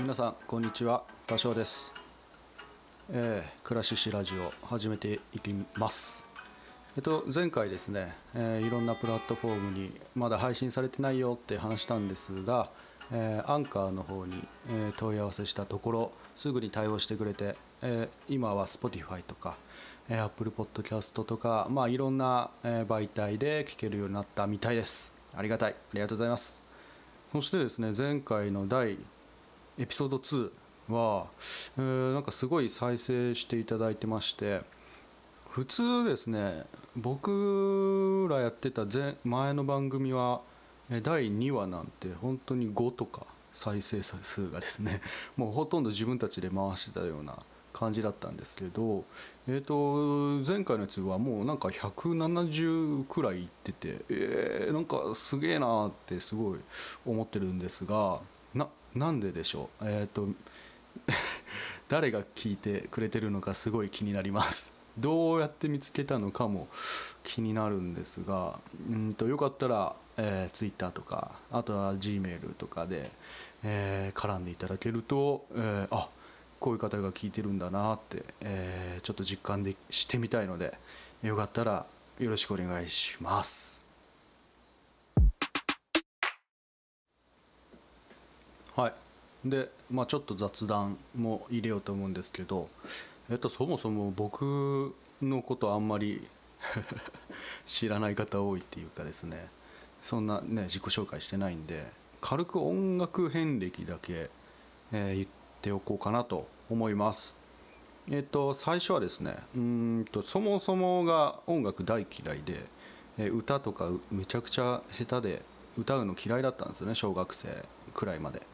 皆さんこんにちは、多少です。クラシシラジオ始めていきます。前回ですね、いろんなプラットフォームにまだ配信されてないよって話したんですが、アンカーの方に、問い合わせしたところすぐに対応してくれて、今は Spotify とか、Apple Podcast とか、いろんな、媒体で聞けるようになったみたいです。ありがたい、ありがとうございます。そしてですね、前回のエピソード2は、なんかすごい再生していただいてまして、普通ですね、僕らやってた前の番組は第2話なんて本当に5とか再生数がですね、もうほとんど自分たちで回してたような感じだったんですけど、前回のやつはもうなんか170くらいいってて、なんかすげえなってすごい思ってるんですが、なんででしょう。誰が聞いてくれてるのかすごい気になります。どうやって見つけたのかも気になるんですが、よかったら、Twitter とかあとは Gmail とかで、絡んでいただけると、こういう方が聞いてるんだなって、ちょっと実感してみたいので、よかったらよろしくお願いします。はい。で、ちょっと雑談も入れようと思うんですけど、そもそも僕のことあんまり知らない方多いっていうかですね、そんなね自己紹介してないんで、軽く音楽遍歴だけ、言っておこうかなと思います。最初はですね、そもそもが音楽大嫌いで、歌とかめちゃくちゃ下手で歌うの嫌いだったんですよね、小学生くらいまで。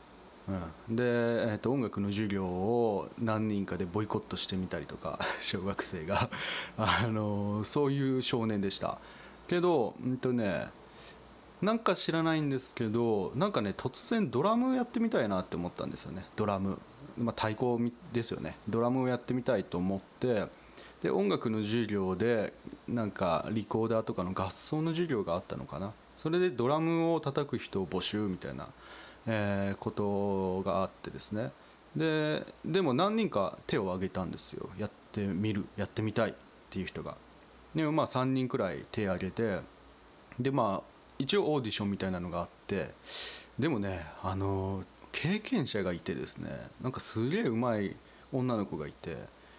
で、音楽の授業を何人かでボイコットしてみたりとか小学生がそういう少年でしたけど、なんか知らないんですけど、なんかね突然ドラムやってみたいなって思ったんですよね。ドラム、太鼓ですよね。ドラムをやってみたいと思って、で音楽の授業でなんかリコーダーとかの合奏の授業があったのかな。それでドラムを叩く人を募集みたいな、ことがあってですね。でも何人か手を挙げたんですよ。やってみたいっていう人が。でも3人くらい手を挙げて、で一応オーディションみたいなのがあって、でもね経験者がいてですね、なんかすげえ上手い女の子がいて、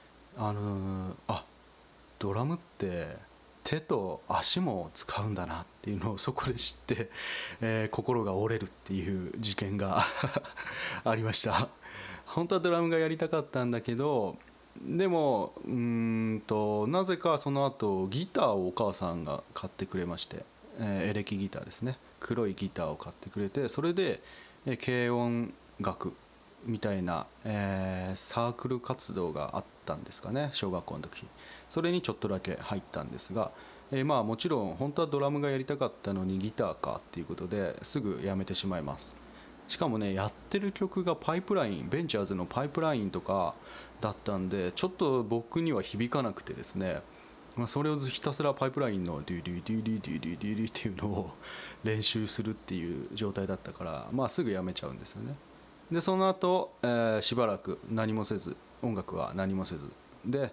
ドラムって手と足も使うんだなっていうのをそこで知って、心が折れるっていう事件がありました。本当はドラムがやりたかったんだけど、でもなぜかその後ギターをお母さんが買ってくれまして、エレキギターですね、黒いギターを買ってくれて、それで、軽音楽みたいな、サークル活動があったんですかね、小学校の時。それにちょっとだけ入ったんですが、もちろん本当はドラムがやりたかったのにギターかっていうことですぐやめてしまいます。しかもね、やってる曲がパイプライン、ベンチャーズのパイプラインとかだったんで、ちょっと僕には響かなくてですね、それをひたすらパイプラインのデュデュデュデュデュデュデュデュっていうのを練習するっていう状態だったから、すぐやめちゃうんですよね。でその後、しばらく何もせず、音楽は何もせずで、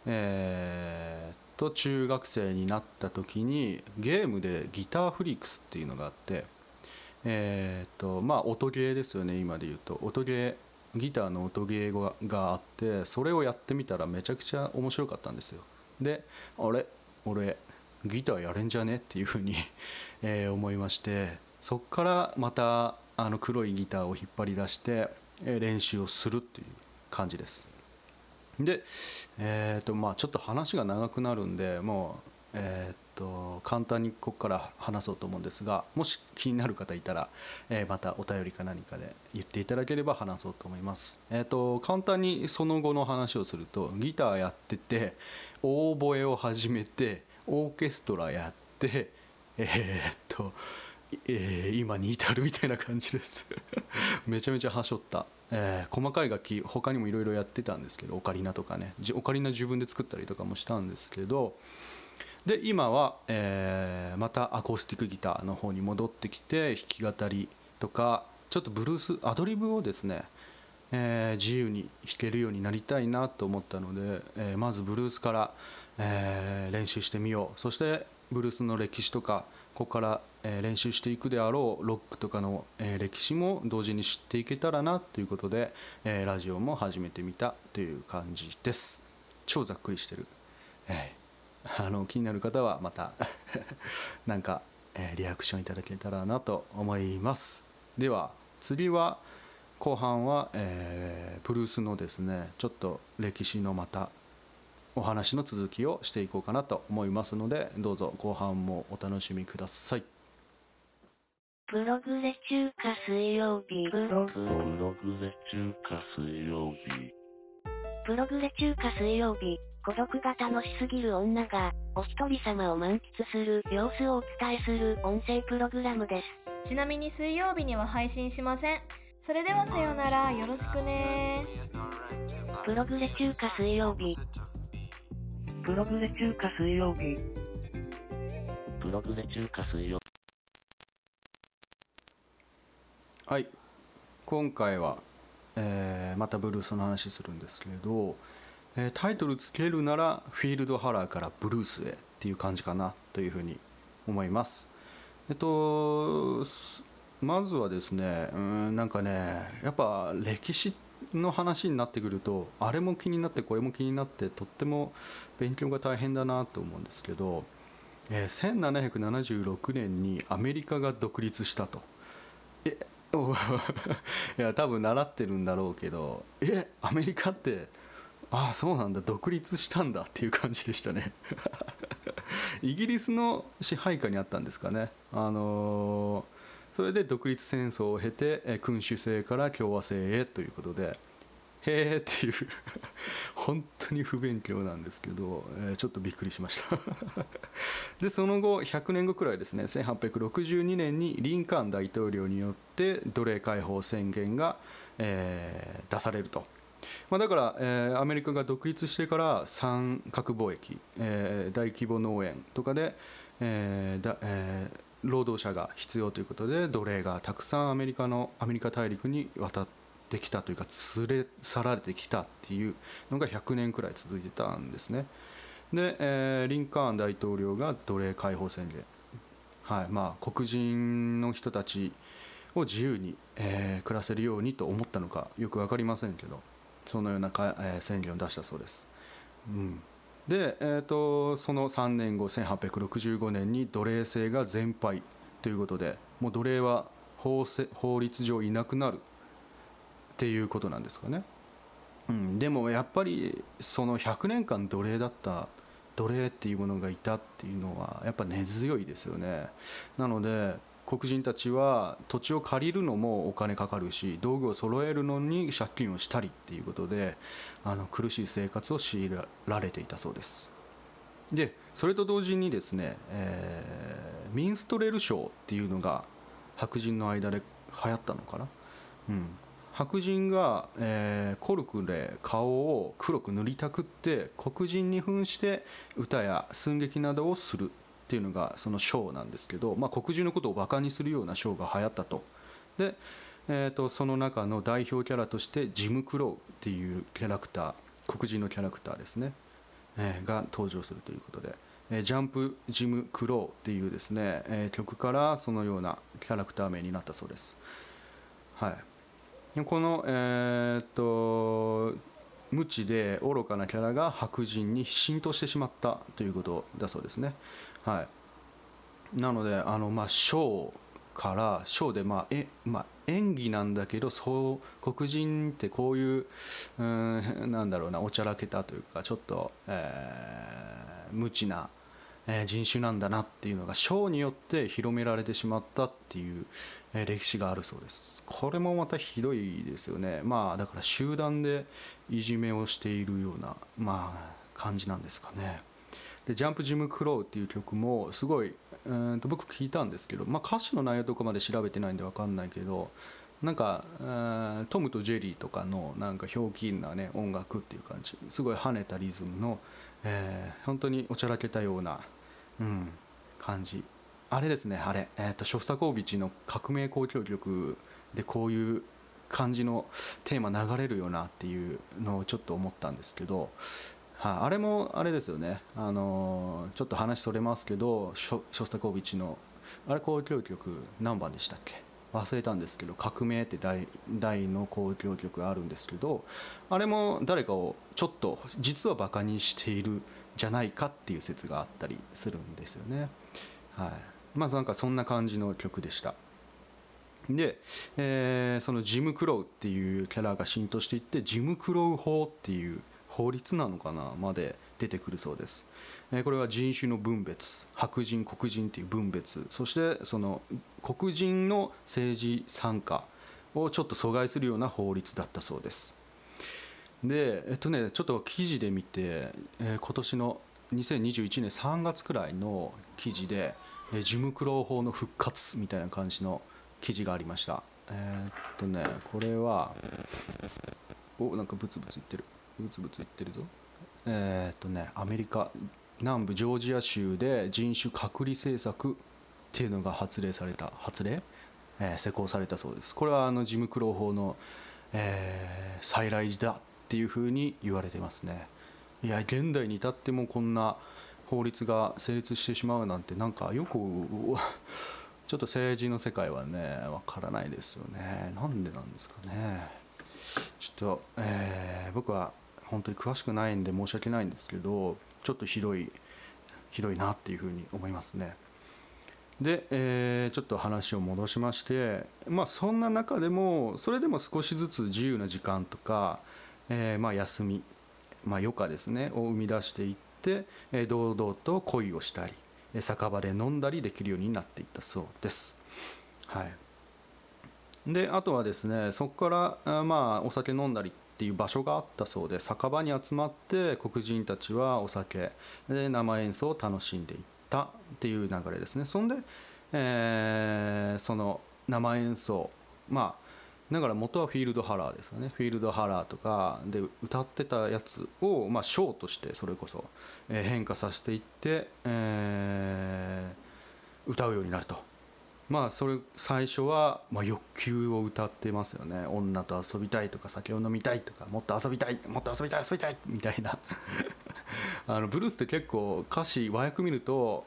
中学生になった時にゲームでギターフリークスっていうのがあって、音ゲーですよね、今で言うと音ゲー、ギターの音ゲーがあって、それをやってみたらめちゃくちゃ面白かったんですよ。で、俺ギターやれんじゃねっていうふうに思いまして、そっからまた黒いギターを引っ張り出して、練習をするっていう感じです。で、ちょっと話が長くなるんで、もう、簡単にここから話そうと思うんですが、もし気になる方いたら、またお便りか何かで言っていただければ話そうと思います。簡単にその後の話をすると、ギターやっててオーボエを始めてオーケストラやって、今に至るみたいな感じですめちゃめちゃはしょった、細かい楽器他にもいろいろやってたんですけど、オカリナとかね、オカリナ自分で作ったりとかもしたんですけど、で今は、またアコースティックギターの方に戻ってきて、弾き語りとかちょっとブルースアドリブをですね、 自由に弾けるようになりたいなと思ったので、まずブルースから、練習してみよう。そしてブルースの歴史とかここから、練習していくであろうロックとかの、歴史も同時に知っていけたらなということで、ラジオも始めてみたという感じです。超ざっくりしてる、気になる方はまたなんか、リアクションいただけたらなと思います。では次は後半は、ブルースのですねちょっと歴史のまたお話の続きをしていこうかなと思いますので、どうぞ後半もお楽しみください。 プログレ中華水曜日プログレ中華水曜日プログレ中華水曜日、孤独が楽しすぎる女が、お一人様を満喫する様子をお伝えする音声プログラムです。 ちなみに水曜日には配信しません。それではさようなら、よろしくね。 プログレ中華水曜日プログレ中華水曜日プログレ中華水曜日はい、今回は、またブルースの話するんですけれど、タイトルつけるならフィールドハラーからブルースへっていう感じかなというふうに思います。まずはですね、なんかねやっぱ歴史の話になってくるとあれも気になってこれも気になってとっても勉強が大変だなと思うんですけど、1776年にアメリカが独立したと。いや多分習ってるんだろうけど、アメリカってああそうなんだ独立したんだっていう感じでしたねイギリスの支配下にあったんですかね。それで独立戦争を経て君主制から共和制へということで、へーっていう本当に不勉強なんですけど、ちょっとびっくりしましたでその後100年後くらいですね、1862年にリンカーン大統領によって奴隷解放宣言が、出されると。だから、アメリカが独立してから三角貿易、大規模農園とかで、労働者が必要ということで奴隷がたくさんアメリカ大陸に渡ってきたというか連れ去られてきたっていうのが100年くらい続いてたんですね。で、リンカーン大統領が奴隷解放宣言、黒人の人たちを自由に、暮らせるようにと思ったのかよく分かりませんけど、そのような宣言を出したそうです。で、その3年後1865年に奴隷制が全廃ということで、もう奴隷は法律上いなくなるっていうことなんですかね。でもやっぱりその100年間奴隷だった奴隷っていうものがいたっていうのはやっぱ根強いですよね。なので黒人たちは土地を借りるのもお金かかるし、道具を揃えるのに借金をしたりっていうことで苦しい生活を強いられていたそうです。でそれと同時にですね、ミンストレルショーっていうのが白人の間で流行ったのかな。白人が、コルクで顔を黒く塗りたくって黒人に扮して歌や寸劇などをするっていうのがそのショーなんですけど、黒人のことをバカにするようなショーが流行ったと。で、その中の代表キャラとしてジム・クローっていうキャラクター、黒人のキャラクターですね、が登場するということで、ジャンプ・ジム・クローっていうですね、曲からそのようなキャラクター名になったそうです。この、無知で愚かなキャラが白人に浸透してしまったということだそうですね。なのでショーで演技なんだけど、黒人ってこういうおちゃらけたというかちょっと、無知な人種なんだなっていうのがショーによって広められてしまったっていう歴史があるそうです。これもまたひどいですよね。だから集団でいじめをしているような感じなんですかね。でジャンプ・ジム・クローっていう曲もすごい僕聞いたんですけど、歌詞の内容とかまで調べてないんで分かんないけど、トムとジェリーとかのひょうきんなね音楽っていう感じ、すごい跳ねたリズムの、本当におちゃらけたような、感じ。あれですね、ショスタコービチの革命交響曲でこういう感じのテーマ流れるよなっていうのをちょっと思ったんですけど、あれもあれですよね、ちょっと話それますけど、ショスタコーヴィチのあれ交響曲何番でしたっけ、忘れたんですけど、革命って大の交響曲があるんですけど、あれも誰かをちょっと実はバカにしているじゃないかっていう説があったりするんですよね。はい、まずなんかそんな感じの曲でした。で、そのジム・クロウっていうキャラが浸透していって、ジム・クロウ法っていう法律なのかなまで出てくるそうです。これは人種の分別、白人黒人っていう分別、そしてその黒人の政治参加をちょっと阻害するような法律だったそうです。でちょっと記事で見て、今年の2021年3月くらいの記事で、ジム・クロウ法の復活みたいな感じの記事がありました。これはなんかブツブツ言ってるぞ。アメリカ南部ジョージア州で人種隔離政策っていうのが施行されたそうです。これはジム・クロウ法の、再来だっていうふうに言われてますね。いや、現代に至ってもこんな法律が成立してしまうなんて、なんかよくちょっと政治の世界はねわからないですよね。なんでなんですかね。ちょっと、僕は本当に詳しくないんで申し訳ないんですけど、ちょっとひどいなっていうふうに思いますね。で、ちょっと話を戻しまして、そんな中でもそれでも少しずつ自由な時間とか、休み、余暇ですねを生み出していって、堂々と恋をしたり酒場で飲んだりできるようになっていったそうです。はい。であとはですね、そこからお酒飲んだりっていう場所があったそうで、酒場に集まって黒人たちはお酒で生演奏を楽しんでいったっていう流れですね。そんで、その生演奏、だから元はフィールドハラーですよね。フィールドハラーとかで歌ってたやつを、ショーとしてそれこそ、変化させていって、歌うようになると。それ最初は、欲求を歌ってますよね。女と遊びたいとか酒を飲みたいとか、もっと遊びたいみたいなブルースって結構歌詞和訳見ると、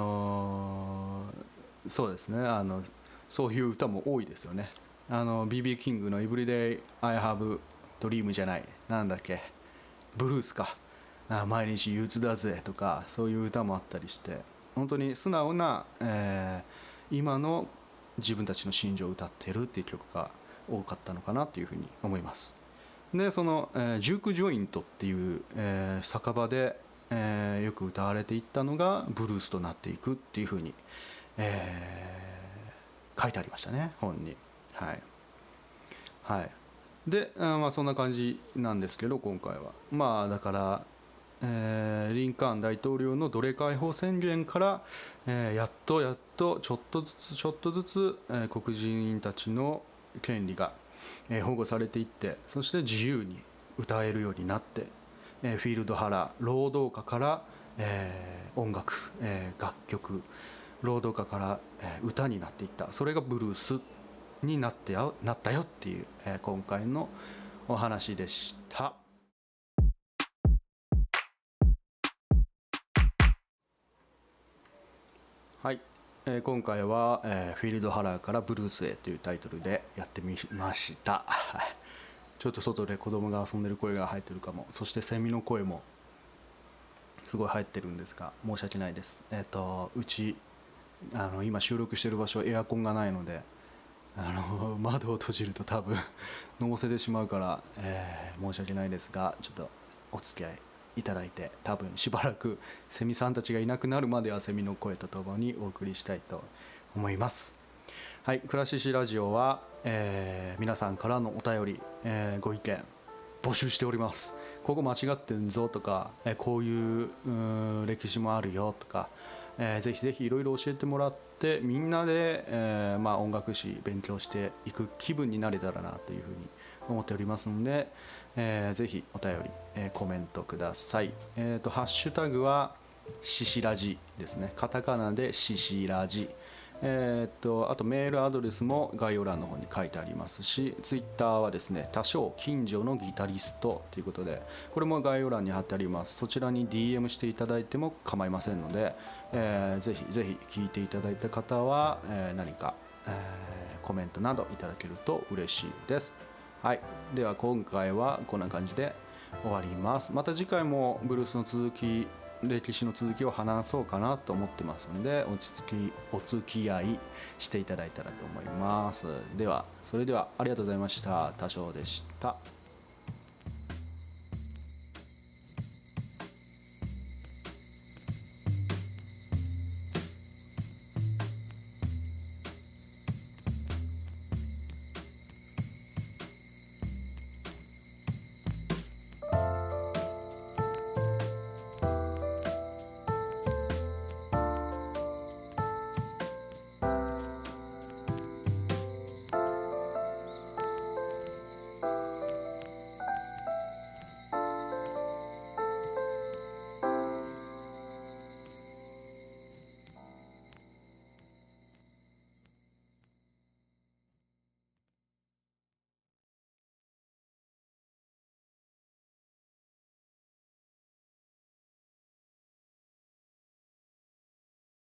そうですね、そういう歌も多いですよね。BB キングの Everyday I Have Dream じゃない、なんだっけ、ブルースか、毎日憂鬱だぜとか、そういう歌もあったりして、本当に素直な、今の自分たちの心情を歌っているっていう曲が多かったのかなというふうに思います。でその、ジュークジョイントっていう、酒場で、よく歌われていったのがブルースとなっていくっていうふうに、書いてありましたね、本に。はいはい。で、そんな感じなんですけど、今回はだから、リンカーン大統領の奴隷解放宣言から、やっとちょっとずつ、黒人たちの権利が、保護されていって、そして自由に歌えるようになって、フィールドハラー労働家から、音楽、楽曲、労働家から、歌になっていった。それがブルースになったよっていう、今回のお話でした。はい、今回は、フィールドハラーからブルースへというタイトルでやってみました。ちょっと外で子供が遊んでる声が入ってるかも。そしてセミの声もすごい入ってるんですが申し訳ないです。うち今収録してる場所エアコンがないので、窓を閉じると多分のぼせてしまうから、申し訳ないですが、ちょっとお付き合いいただいて、多分しばらくセミさんたちがいなくなるまではセミの声とともにお送りしたいと思います。はい、クラシシラジオは、皆さんからのお便り、ご意見募集しております。ここ間違ってんぞとか、こういう歴史もあるよとか、ぜひぜひいろいろ教えてもらって、みんなで、音楽史勉強していく気分になれたらなというふうに思っておりますので、ぜひお便り、コメントください。ハッシュタグはシシラジですね。カタカナでシシラジ、 あとメールアドレスも概要欄の方に書いてありますし、ツイッターはですね、多少近所のギタリストということで、これも概要欄に貼ってあります。そちらに DM していただいても構いませんので、ぜひぜひ聞いていただいた方は、何か、コメントなどいただけると嬉しいです。はい、では今回はこんな感じで終わります。また次回もブルースの続き、歴史の続きを話そうかなと思ってますので、お付き合いしていただいたらと思います。ではそれではありがとうございました。多少でした。